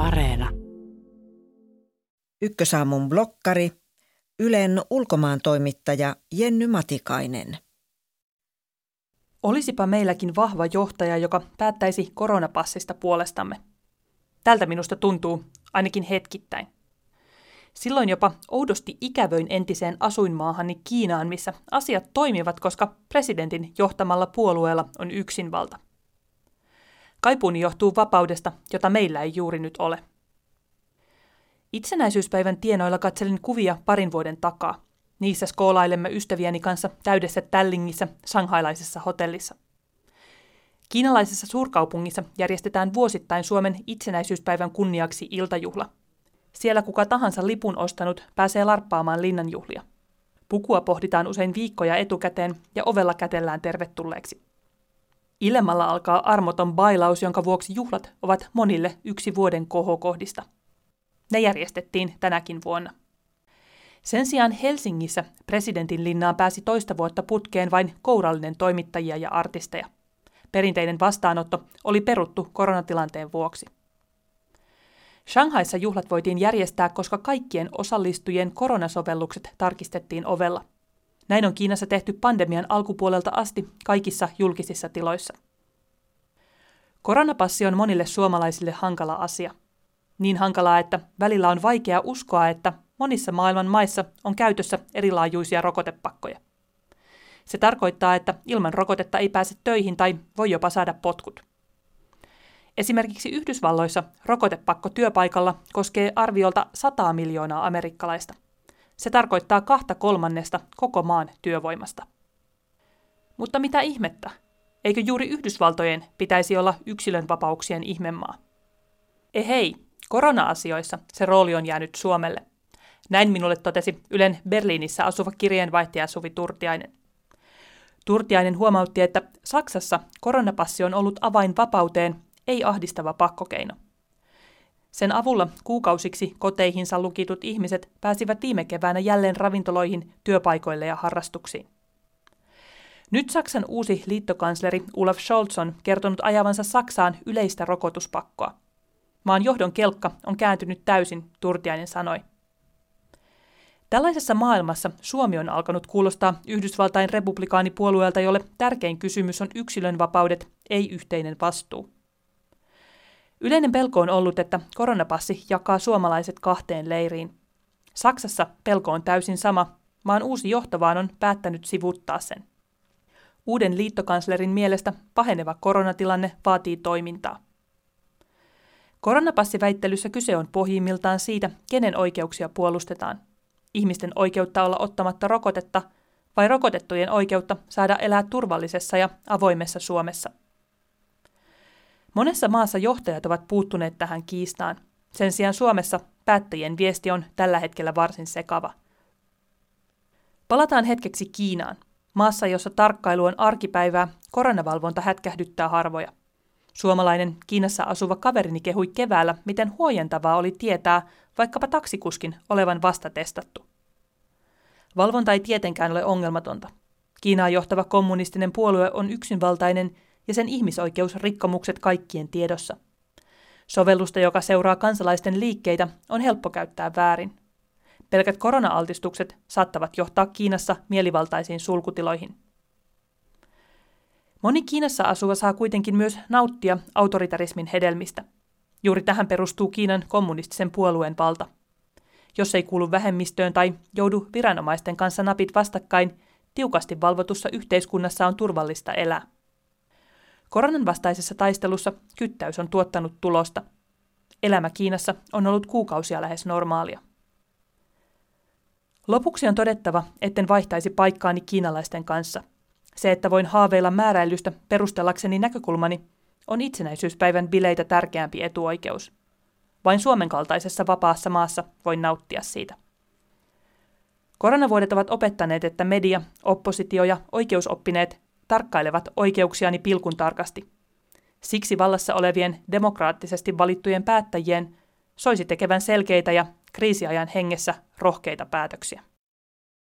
Areena. Ykkösaamun blokkari, Ylen ulkomaantoimittaja Jenny Matikainen. Olisipa meilläkin vahva johtaja, joka päättäisi koronapassista puolestamme. Tältä minusta tuntuu, ainakin hetkittäin. Silloin jopa oudosti ikävöin entiseen asuinmaahani Kiinaan, missä asiat toimivat, koska presidentin johtamalla puolueella on yksinvalta. Kaipuuni johtuu vapaudesta, jota meillä ei juuri nyt ole. Itsenäisyyspäivän tienoilla katselin kuvia parin vuoden takaa. Niissä skoolailemme ystävieni kanssa täydessä tällingissä shanghailaisessa hotellissa. Kiinalaisessa suurkaupungissa järjestetään vuosittain Suomen itsenäisyyspäivän kunniaksi iltajuhla. Siellä kuka tahansa lipun ostanut pääsee larppaamaan linnanjuhlia. Pukua pohditaan usein viikkoja etukäteen ja ovella kätellään tervetulleeksi. Ilmalla alkaa armoton bailaus, jonka vuoksi juhlat ovat monille yksi vuoden kohokohdista. Ne järjestettiin tänäkin vuonna. Sen sijaan Helsingissä presidentin linnaan pääsi toista vuotta putkeen vain kourallinen toimittajia ja artisteja. Perinteinen vastaanotto oli peruttu koronatilanteen vuoksi. Shanghaissa juhlat voitiin järjestää, koska kaikkien osallistujien koronasovellukset tarkistettiin ovella. Näin on Kiinassa tehty pandemian alkupuolelta asti kaikissa julkisissa tiloissa. Koronapassi on monille suomalaisille hankala asia. Niin hankalaa, että välillä on vaikea uskoa, että monissa maailman maissa on käytössä erilaajuisia rokotepakkoja. Se tarkoittaa, että ilman rokotetta ei pääse töihin tai voi jopa saada potkut. Esimerkiksi Yhdysvalloissa rokotepakko työpaikalla koskee arviolta 100 miljoonaa amerikkalaista. Se tarkoittaa 2/3 koko maan työvoimasta. Mutta mitä ihmettä? Eikö juuri Yhdysvaltojen pitäisi olla yksilönvapauksien ihmemaa? Hei, korona-asioissa se rooli on jäänyt Suomelle. Näin minulle totesi Ylen Berliinissä asuva kirjeenvaihtaja Suvi Turtiainen. Turtiainen huomautti, että Saksassa koronapassi on ollut avain vapauteen, ei ahdistava pakkokeino. Sen avulla kuukausiksi koteihinsa lukitut ihmiset pääsivät viime keväänä jälleen ravintoloihin, työpaikoille ja harrastuksiin. Nyt Saksan uusi liittokansleri Olaf Scholz on kertonut ajavansa Saksaan yleistä rokotuspakkoa. Maan johdon kelkka on kääntynyt täysin, Turtiainen sanoi. Tällaisessa maailmassa Suomi on alkanut kuulostaa Yhdysvaltain republikaanipuolueelta, jolle tärkein kysymys on yksilönvapaudet, ei yhteinen vastuu. Yleinen pelko on ollut, että koronapassi jakaa suomalaiset kahteen leiriin. Saksassa pelko on täysin sama, maan uusi johto vaan on päättänyt sivuuttaa sen. Uuden liittokanslerin mielestä paheneva koronatilanne vaatii toimintaa. Koronapassiväittelyssä kyse on pohjimmiltaan siitä, kenen oikeuksia puolustetaan. Ihmisten oikeutta olla ottamatta rokotetta vai rokotettujen oikeutta saada elää turvallisessa ja avoimessa Suomessa. Monessa maassa johtajat ovat puuttuneet tähän kiistaan. Sen sijaan Suomessa päättäjien viesti on tällä hetkellä varsin sekava. Palataan hetkeksi Kiinaan. Maassa, jossa tarkkailu on arkipäivää, koronavalvonta hätkähdyttää harvoja. Suomalainen Kiinassa asuva kaverini kehui keväällä, miten huojentavaa oli tietää vaikkapa taksikuskin olevan vasta testattu. Valvonta ei tietenkään ole ongelmatonta. Kiinaa johtava kommunistinen puolue on yksinvaltainen ja sen ihmisoikeusrikkomukset kaikkien tiedossa. Sovellusta, joka seuraa kansalaisten liikkeitä, on helppo käyttää väärin. Pelkät korona-altistukset saattavat johtaa Kiinassa mielivaltaisiin sulkutiloihin. Moni Kiinassa asuva saa kuitenkin myös nauttia autoritarismin hedelmistä. Juuri tähän perustuu Kiinan kommunistisen puolueen valta. Jos ei kuulu vähemmistöön tai joudu viranomaisten kanssa napit vastakkain, tiukasti valvotussa yhteiskunnassa on turvallista elää. Koronan vastaisessa taistelussa kyttäys on tuottanut tulosta. Elämä Kiinassa on ollut kuukausia lähes normaalia. Lopuksi on todettava, etten vaihtaisi paikkaani kiinalaisten kanssa. Se, että voin haaveilla määräilystä perustellakseni näkökulmani, on itsenäisyyspäivän bileitä tärkeämpi etuoikeus. Vain Suomen kaltaisessa vapaassa maassa voin nauttia siitä. Koronavuodet ovat opettaneet, että media, oppositio ja oikeusoppineet tarkkailevat oikeuksiani pilkun tarkasti. Siksi vallassa olevien demokraattisesti valittujen päättäjien soisi tekevän selkeitä ja kriisiajan hengessä rohkeita päätöksiä.